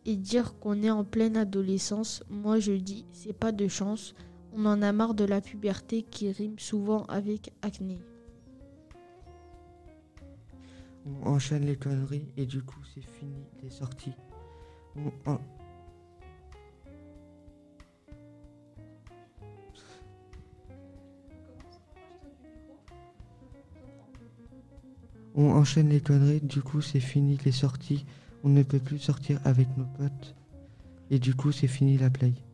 et dire qu'on est en pleine adolescence. Moi je dis, c'est pas de chance. On en a marre de la puberté qui rime souvent avec acné. On enchaîne les conneries et du coup c'est fini les sorties. On, en- on enchaîne les conneries, du coup c'est fini les sorties. On ne peut plus sortir avec nos potes et du coup c'est fini la play.